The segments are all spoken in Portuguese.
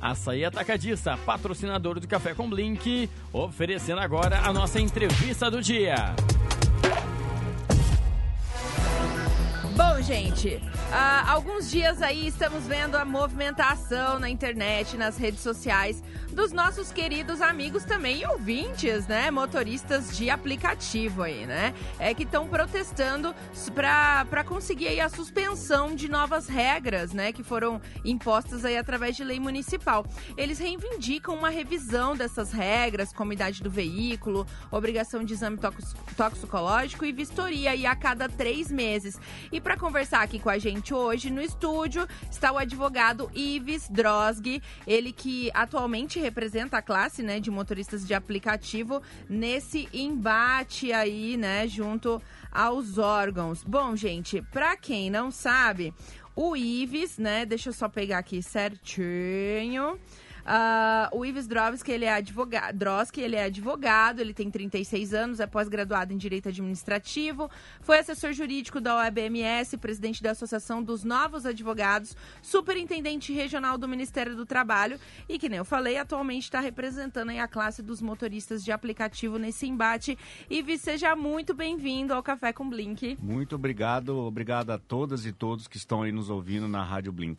Açaí Atacadista, patrocinador do Café com Blink, oferecendo agora a nossa entrevista do dia. Bom, gente, há alguns dias aí estamos vendo a movimentação na internet, nas redes sociais, dos nossos queridos amigos também e ouvintes, né? Motoristas de aplicativo aí, né? Que estão protestando para conseguir aí a suspensão de novas regras, né? Que foram impostas aí através de lei municipal. Eles reivindicam uma revisão dessas regras, como idade do veículo, obrigação de exame toxicológico e vistoria aí a cada 3 meses. E para conversar aqui com a gente hoje no estúdio está o advogado Ives Drosky, ele que atualmente representa a classe, né, de motoristas de aplicativo nesse embate aí, né, junto aos órgãos. Bom, gente, para quem não sabe, o Ives, né, deixa eu só pegar aqui certinho. O Ives Drosky, ele é advogado, ele tem 36 anos, é pós-graduado em Direito Administrativo, foi assessor jurídico da OAB-MS, presidente da Associação dos Novos Advogados, superintendente regional do Ministério do Trabalho e, que nem eu falei, atualmente está representando aí a classe dos motoristas de aplicativo nesse embate. Ives, seja muito bem-vindo ao Café com Blink. Muito obrigado a todas e todos que estão aí nos ouvindo na Rádio Blink.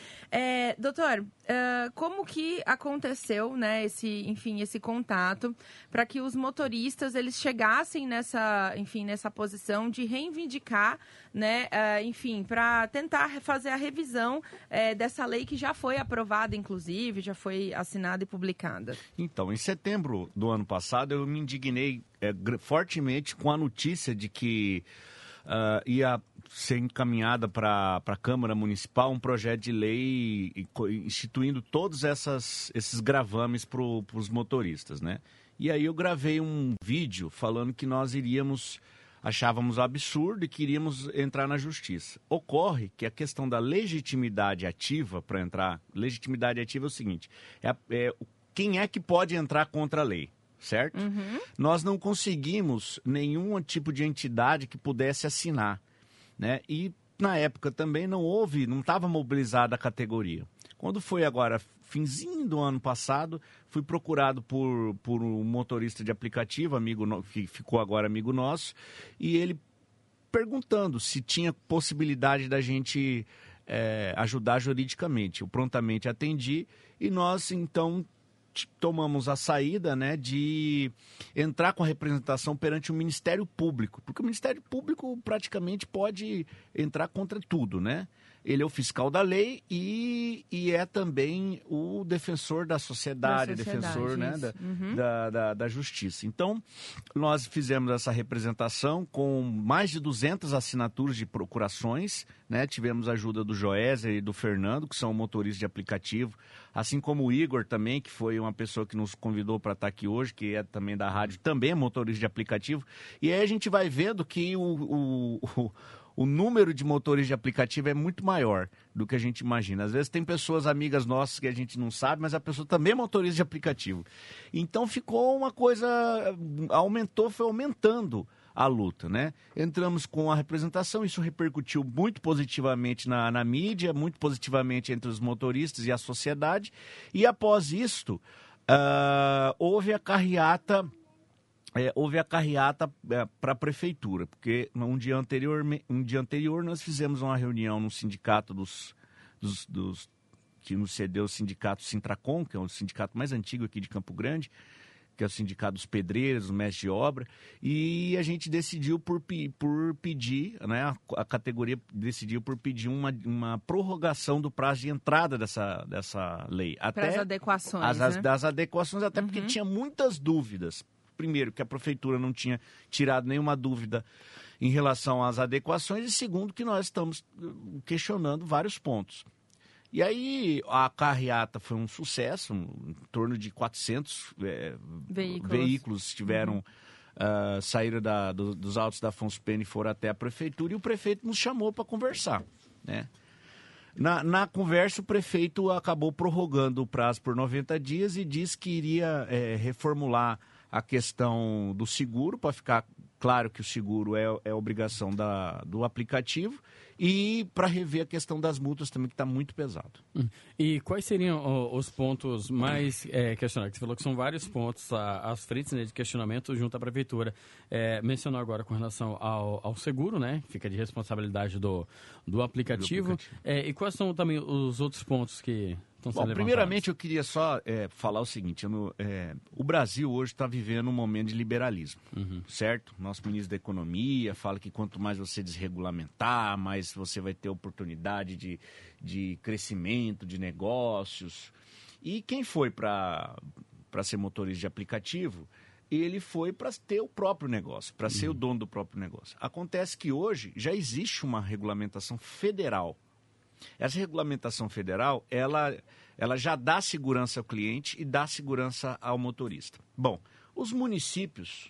Doutor, como que aconteceu, né, esse contato para que os motoristas eles chegassem nessa posição de reivindicar, né, para tentar fazer a revisão dessa lei que já foi aprovada, inclusive, já foi assinada e publicada? Então, em setembro do ano passado, eu me indignei fortemente com a notícia de que ia ser encaminhada para a Câmara Municipal um projeto de lei instituindo todos esses gravames para os motoristas, né? E aí eu gravei um vídeo falando que nós achávamos absurdo e queríamos entrar na justiça. Ocorre que a questão da legitimidade ativa para entrar... Legitimidade ativa é o seguinte, quem é que pode entrar contra a lei? Certo? Uhum. Nós não conseguimos nenhum tipo de entidade que pudesse assinar, né? E na época também não estava mobilizada a categoria. Quando foi agora, finzinho do ano passado, fui procurado por um motorista de aplicativo, que ficou agora amigo nosso, e ele perguntando se tinha possibilidade da gente ajudar juridicamente. Eu prontamente atendi e nós, então, tomamos a saída, né, de entrar com a representação perante o Ministério Público, porque o Ministério Público praticamente pode entrar contra tudo, né? Ele é o fiscal da lei e é também o defensor da sociedade, defensor, né, da justiça. Então, nós fizemos essa representação com mais de 200 assinaturas de procurações, né? Tivemos a ajuda do Joézer e do Fernando, que são motoristas de aplicativo, assim como o Igor também, que foi uma pessoa que nos convidou para estar aqui hoje, que é também da rádio, também é motorista de aplicativo. E aí a gente vai vendo que o número de motores de aplicativo é muito maior do que a gente imagina. Às vezes tem pessoas amigas nossas que a gente não sabe, mas a pessoa também é motorista de aplicativo. Então ficou uma coisa... foi aumentando a luta, né? Entramos com a representação, isso repercutiu muito positivamente na mídia, muito positivamente entre os motoristas e a sociedade. E após isto, houve a carreata para a prefeitura, porque um dia anterior nós fizemos uma reunião no sindicato que nos cedeu o sindicato Sintracom, que é o sindicato mais antigo aqui de Campo Grande, que é o sindicato dos pedreiros, dos mestres de obra, e a gente decidiu por pedir, né, a categoria decidiu por pedir uma prorrogação do prazo de entrada dessa lei. Para as adequações, das adequações, até porque tinha muitas dúvidas. Primeiro, que a prefeitura não tinha tirado nenhuma dúvida em relação às adequações, e segundo, que nós estamos questionando vários pontos. E aí a carreata foi um sucesso, em torno de 400 veículos saíram dos autos da Afonso Pena e foram até a prefeitura, e o prefeito nos chamou para conversar, né? Na conversa, o prefeito acabou prorrogando o prazo por 90 dias e disse que iria reformular a questão do seguro para ficar Claro que o seguro é obrigação do aplicativo e para rever a questão das multas também, que está muito pesado. E quais seriam os pontos mais questionados? Você falou que são vários pontos às frentes, né, de questionamento junto à prefeitura. Mencionou agora com relação ao seguro, né? Fica de responsabilidade do aplicativo. E quais são também os outros pontos que... Bom, primeiramente eu queria só falar o seguinte, o Brasil hoje está vivendo um momento de liberalismo, certo? Nosso ministro da Economia fala que quanto mais você desregulamentar, mais você vai ter oportunidade de crescimento, de negócios. E quem foi para ser motorista de aplicativo, ele foi para ter o próprio negócio, para ser o dono do próprio negócio. Acontece que hoje já existe uma regulamentação federal. Essa regulamentação federal, ela já dá segurança ao cliente e dá segurança ao motorista. Bom, os municípios,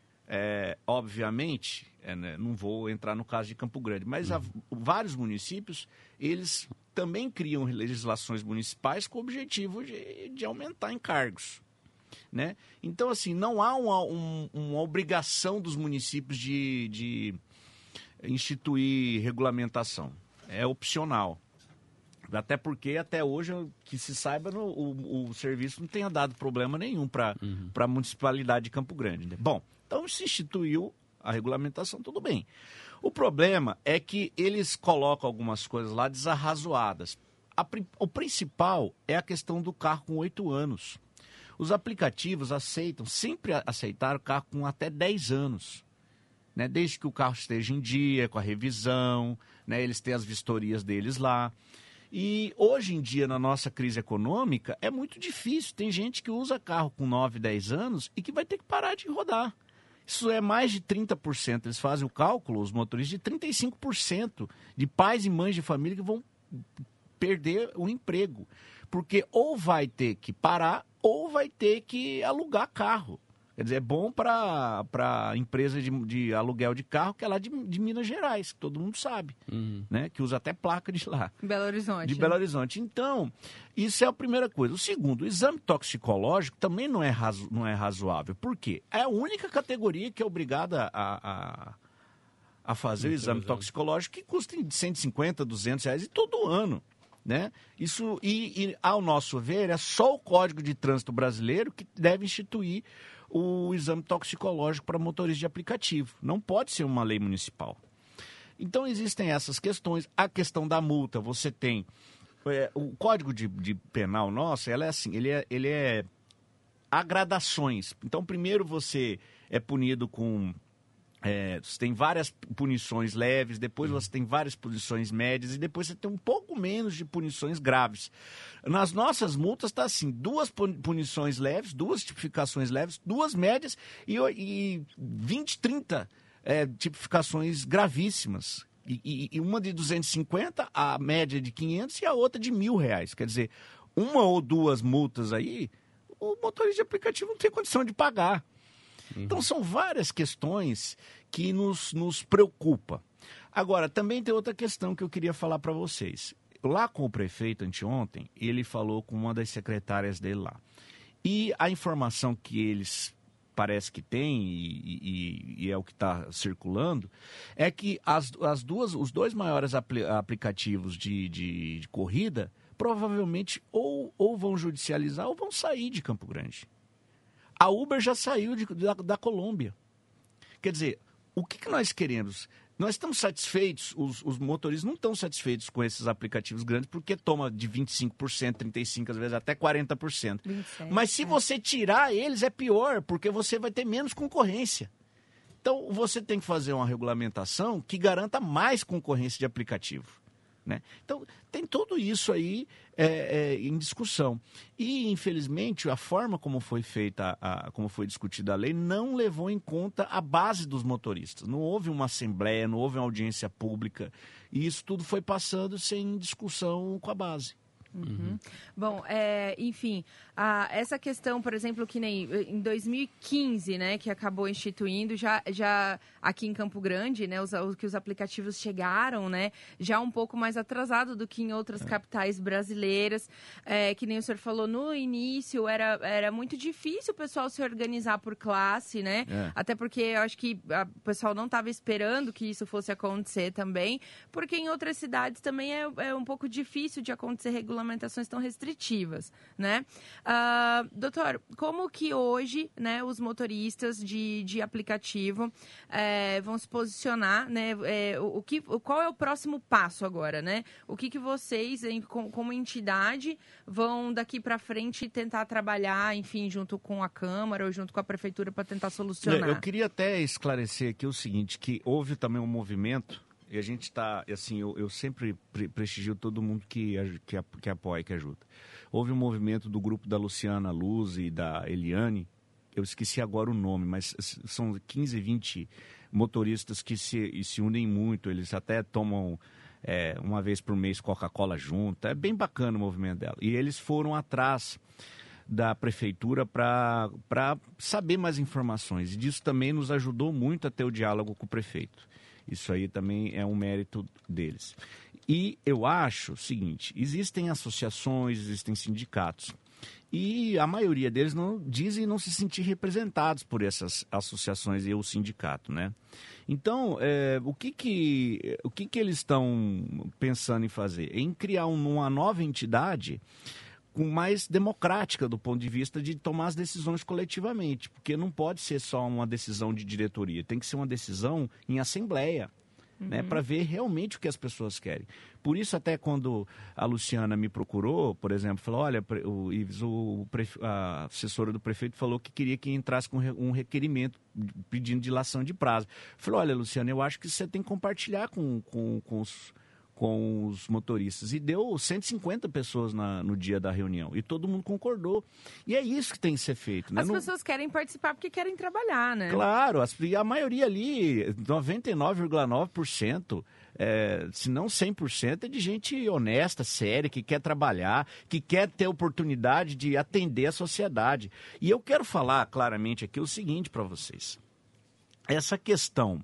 obviamente, não vou entrar no caso de Campo Grande, mas vários municípios, eles também criam legislações municipais com o objetivo de aumentar encargos, né? Então, assim, não há uma obrigação dos municípios de instituir regulamentação. É opcional. Até porque, até hoje, que se saiba, o serviço não tenha dado problema nenhum para a municipalidade de Campo Grande. Né? Bom, então se instituiu a regulamentação, tudo bem. O problema é que eles colocam algumas coisas lá desarrazoadas. O principal é a questão do carro com 8 anos. Os aplicativos sempre aceitaram carro com até 10 anos. Né? Desde que o carro esteja em dia, com a revisão, né? Eles têm as vistorias deles lá. E hoje em dia, na nossa crise econômica, é muito difícil. Tem gente que usa carro com 9, 10 anos e que vai ter que parar de rodar. Isso é mais de 30%. Eles fazem o cálculo, os motoristas, de 35% de pais e mães de família que vão perder o emprego. Porque ou vai ter que parar ou vai ter que alugar carro. Quer dizer, é bom para a empresa de aluguel de carro, que é lá de Minas Gerais, que todo mundo sabe, né? Que usa até placa de lá. Belo Horizonte. De Belo Horizonte. Então, isso é a primeira coisa. O segundo, o exame toxicológico também não é razoável. Por quê? É a única categoria que é obrigada a fazer o exame toxicológico, que custa de 150, 200 reais e todo ano. Né? Isso, e, ao nosso ver, é só o Código de Trânsito Brasileiro que deve instituir o exame toxicológico para motoristas de aplicativo. Não pode ser uma lei municipal. Então, existem essas questões. A questão da multa, você tem... o Código de Penal nosso, ela é assim, ele é a gradações. Então, primeiro você é punido com... você tem várias punições leves, depois você tem várias punições médias e depois você tem um pouco menos de punições graves. Nas nossas multas está assim, 2 punições leves, 2 tipificações leves, 2 médias e 20, 30 tipificações gravíssimas. E uma de 250, a média de 500 e a outra de R$1.000. Quer dizer, 1 ou 2 multas aí, o motorista de aplicativo não tem condição de pagar. Então, são várias questões que nos preocupam. Agora, também tem outra questão que eu queria falar para vocês. Lá com o prefeito, anteontem, ele falou com uma das secretárias dele lá. E a informação que eles parece que têm, e é o que está circulando, é que os 2 maiores aplicativos de corrida provavelmente ou vão judicializar ou vão sair de Campo Grande. A Uber já saiu da Colômbia. Quer dizer, o que nós queremos? Nós estamos satisfeitos, os motoristas não estão satisfeitos com esses aplicativos grandes, porque toma de 25%, 35%, às vezes até 40%. 27%. Mas se você tirar eles, é pior, porque você vai ter menos concorrência. Então, você tem que fazer uma regulamentação que garanta mais concorrência de aplicativo. Né? Então, tem tudo isso aí em discussão. E, infelizmente, a forma como foi feita, como foi discutida a lei, não levou em conta a base dos motoristas. Não houve uma assembleia, não houve uma audiência pública. E isso tudo foi passando sem discussão com a base. Bom, enfim, essa questão, por exemplo, que nem em 2015, né, que acabou instituindo, já aqui em Campo Grande, né, que os aplicativos chegaram, né, já um pouco mais atrasado do que em outras capitais brasileiras, que nem o senhor falou, no início era muito difícil o pessoal se organizar por classe, né, até porque eu acho que o pessoal não estava esperando que isso fosse acontecer também, porque em outras cidades também é um pouco difícil de acontecer regulamentações tão restritivas, né? Doutor, como que hoje, né, os motoristas de aplicativo vão se posicionar, né? Qual é o próximo passo agora, né? O que vocês, como entidade, vão daqui para frente tentar trabalhar, enfim, junto com a Câmara ou junto com a Prefeitura para tentar solucionar? Eu queria até esclarecer aqui o seguinte, que houve também um movimento. E a gente está, assim, eu sempre prestigio todo mundo que apoia, que ajuda. Houve um movimento do grupo da Luciana Luz e da Eliane, eu esqueci agora o nome, mas são 15, 20 motoristas que se unem muito, eles até tomam uma vez por mês Coca-Cola junto, é bem bacana o movimento dela. E eles foram atrás da prefeitura para saber mais informações, e disso também nos ajudou muito a ter o diálogo com o prefeito. Isso aí também é um mérito deles. E eu acho o seguinte, existem associações, existem sindicatos, e a maioria deles dizem não se sentir representados por essas associações e o sindicato, né? Então, o que eles estão pensando em fazer? Em criar uma nova entidade mais democrática do ponto de vista de tomar as decisões coletivamente, porque não pode ser só uma decisão de diretoria, tem que ser uma decisão em assembleia, né, para ver realmente o que as pessoas querem. Por isso, até quando a Luciana me procurou, por exemplo, falou, olha, a assessora do prefeito falou que queria que entrasse com um requerimento pedindo dilação de prazo. Falei, olha, Luciana, eu acho que você tem que compartilhar com os motoristas. E deu 150 pessoas no dia da reunião. E todo mundo concordou. E é isso que tem que ser feito. Né? As pessoas querem participar porque querem trabalhar, né? Claro. A maioria ali, 99,9%, se não 100%, é de gente honesta, séria, que quer trabalhar, que quer ter oportunidade de atender a sociedade. E eu quero falar claramente aqui o seguinte para vocês. Essa questão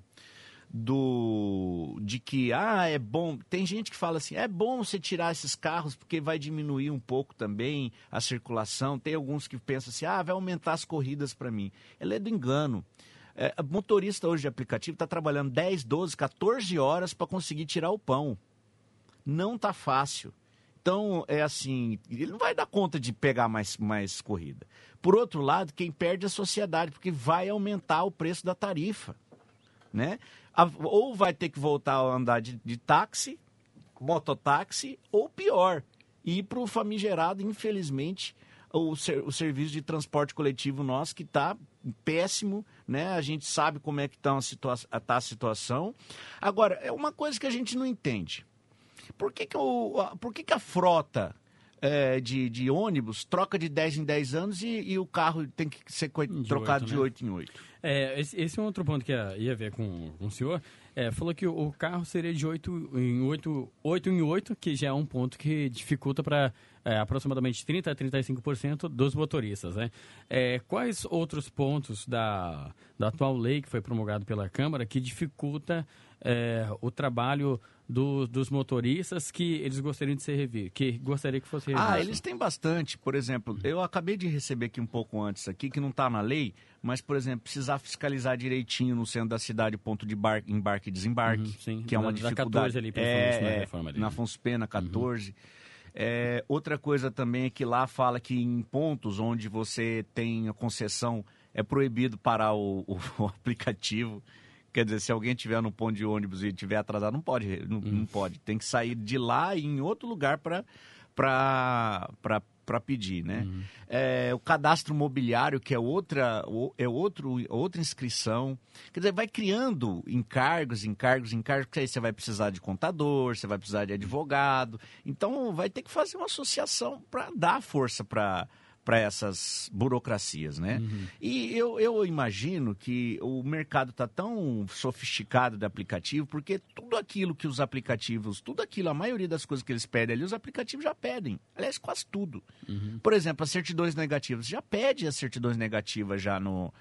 de que, é bom, tem gente que fala assim, é bom você tirar esses carros porque vai diminuir um pouco também a circulação, tem alguns que pensam assim, vai aumentar as corridas para mim. Ela é do engano. Motorista hoje de aplicativo está trabalhando 10, 12, 14 horas para conseguir tirar o pão. Não está fácil. Então, assim, ele não vai dar conta de pegar mais corrida. Por outro lado, quem perde é a sociedade, porque vai aumentar o preço da tarifa, né? Ou vai ter que voltar a andar de táxi, mototáxi, ou pior, ir para o famigerado, infelizmente, o serviço de transporte coletivo nosso, que está péssimo, né? A gente sabe como é que está a situação. Agora, é uma coisa que a gente não entende. Por que a frota de ônibus troca de 10 em 10 anos e o carro tem que ser trocado de 8 em 8? Esse é um outro ponto que ia ver com o senhor. Falou que o carro seria de 8 em 8, que já é um ponto que dificulta para aproximadamente 30% a 35% dos motoristas, né? Quais outros pontos da atual lei que foi promulgada pela Câmara que dificulta o trabalho dos motoristas que eles gostariam de ser revisto, que gostaria que fosse revisto? Eles têm bastante. Por exemplo, eu acabei de receber aqui um pouco antes aqui, que não está na lei, mas, por exemplo, precisar fiscalizar direitinho no centro da cidade o ponto de embarque e desembarque, sim, que é uma dificuldade. 14 ali, principalmente na reforma ali. Na Afonso Pena, 14. Outra coisa também é que lá fala que em pontos onde você tem a concessão é proibido parar o aplicativo. Quer dizer, se alguém estiver no ponto de ônibus e estiver atrasado, não pode, não pode. Tem que sair de lá e ir em outro lugar para pedir, né? O cadastro mobiliário, que é outra inscrição. Quer dizer, vai criando encargos, que aí você vai precisar de contador, você vai precisar de advogado. Então, vai ter que fazer uma associação para dar força para para essas burocracias, né? E eu imagino que o mercado está tão sofisticado de aplicativo, porque tudo aquilo que os aplicativos, a maioria das coisas que eles pedem ali, os aplicativos já pedem. Aliás, quase tudo. Por exemplo, as certidões negativas. Já pede as certidões negativas já no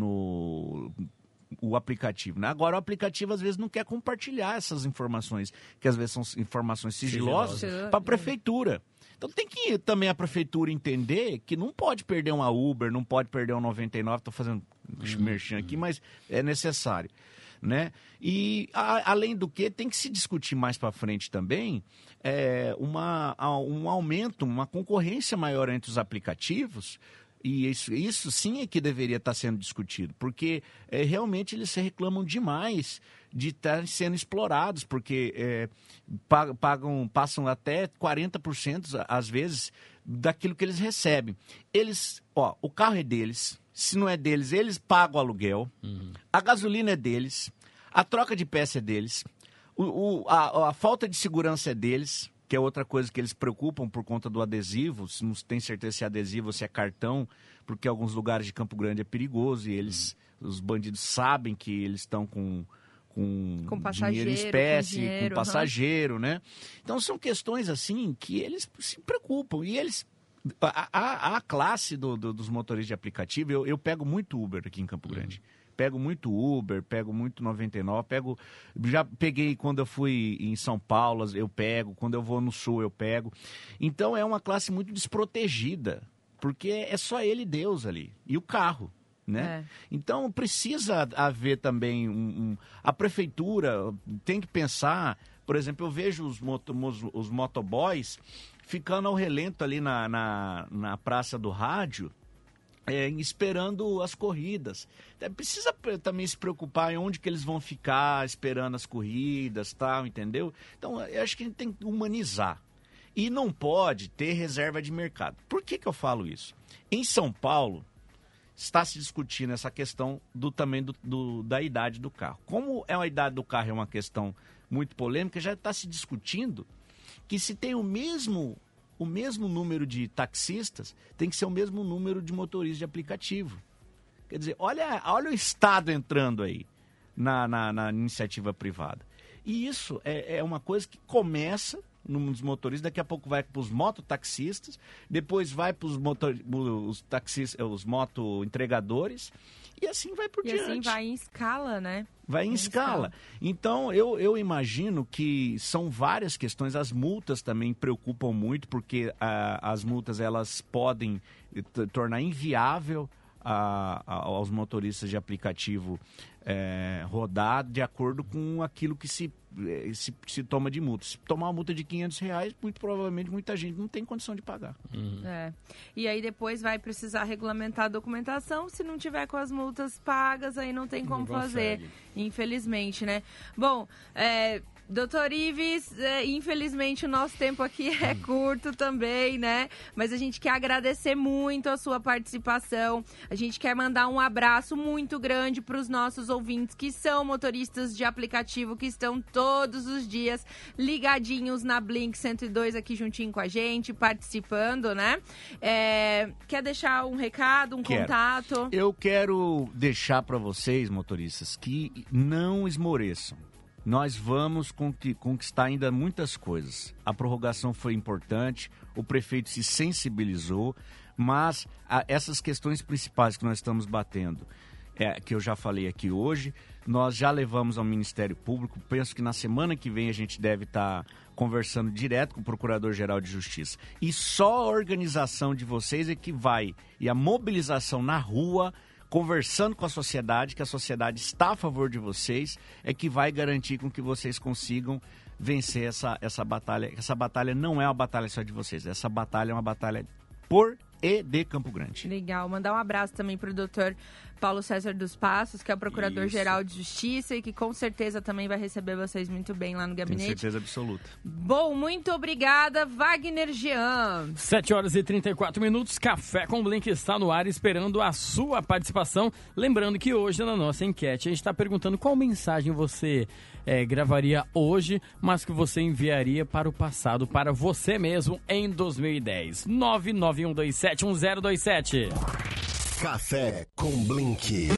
aplicativo, né? Agora o aplicativo às vezes não quer compartilhar essas informações, que às vezes são informações sigilosas, para a prefeitura. Então tem que também a prefeitura entender que não pode perder uma Uber, não pode perder um 99, estou fazendo merchan aqui, mas é necessário, né? E além do que, tem que se discutir mais para frente também um aumento, uma concorrência maior entre os aplicativos. E isso sim é que deveria estar sendo discutido, porque realmente eles se reclamam demais de estar sendo explorados, porque passam até 40% às vezes daquilo que eles recebem. O carro é deles, se não é deles, eles pagam o aluguel, a gasolina é deles, a troca de peça é deles, a falta de segurança é deles, que é outra coisa que eles se preocupam por conta do adesivo, se não tem certeza se é adesivo ou se é cartão, porque alguns lugares de Campo Grande é perigoso e os bandidos sabem que eles estão com dinheiro em espécie, com passageiro, né? Então são questões assim que eles se preocupam e eles... A classe dos motoristas de aplicativo, eu pego muito Uber aqui em Campo Grande. Pego muito Uber, pego muito 99, já peguei quando eu fui em São Paulo, eu pego, quando eu vou no Sul eu pego. Então é uma classe muito desprotegida, porque é só ele e Deus ali, e o carro, né? Então precisa haver também a prefeitura tem que pensar, por exemplo, eu vejo os motoboys ficando ao relento ali na Praça do Rádio, esperando as corridas. Precisa também se preocupar em onde que eles vão ficar esperando as corridas, tal, entendeu? Então, eu acho que a gente tem que humanizar. E não pode ter reserva de mercado. Por que eu falo isso? Em São Paulo, está se discutindo essa questão também da idade do carro. Como a idade do carro é uma questão muito polêmica, já está se discutindo que se tem o mesmo número de taxistas, tem que ser o mesmo número de motoristas de aplicativo. Quer dizer, olha o Estado entrando aí na iniciativa privada. E isso é uma coisa que começa nos motoristas, daqui a pouco vai para os mototaxistas, depois vai para os moto-entregadores, e assim vai por diante. E assim vai em escala, né? Vai em escala. Então, eu imagino que são várias questões. As multas também preocupam muito, porque as multas elas podem tornar inviável aos motoristas de aplicativo rodar de acordo com aquilo que se toma de multa. Se tomar uma multa de R$500, muito provavelmente muita gente não tem condição de pagar. E aí depois vai precisar regulamentar a documentação. Se não tiver com as multas pagas, aí não tem como fazer. Infelizmente, né? Bom, doutor Ives, infelizmente o nosso tempo aqui é curto também, né? Mas a gente quer agradecer muito a sua participação. A gente quer mandar um abraço muito grande para os nossos ouvintes que são motoristas de aplicativo, que estão todos os dias ligadinhos na Blink 102 aqui juntinho com a gente, participando, né? Quer deixar um recado, contato? Eu quero deixar para vocês, motoristas, que não esmoreçam. Nós vamos conquistar ainda muitas coisas. A prorrogação foi importante, o prefeito se sensibilizou, mas essas questões principais que nós estamos batendo, que eu já falei aqui hoje, nós já levamos ao Ministério Público. Penso que na semana que vem a gente deve estar conversando direto com o Procurador-Geral de Justiça. E só a organização de vocês é que vai, e a mobilização na rua, conversando com a sociedade, que a sociedade está a favor de vocês, é que vai garantir com que vocês consigam vencer essa batalha. Essa batalha não é uma batalha só de vocês, essa batalha é uma batalha por e de Campo Grande. Legal. Mandar um abraço também para o doutor Paulo César dos Passos, que é o Procurador-Geral de Justiça e que com certeza também vai receber vocês muito bem lá no gabinete. Tenho certeza absoluta. Bom, muito obrigada, Wagner Jean. 7h34, Café com Blink está no ar esperando a sua participação. Lembrando que hoje na nossa enquete a gente está perguntando qual mensagem você gravaria hoje, mas que você enviaria para o passado, para você mesmo em 2010. 99127 991271027. Café com Blink.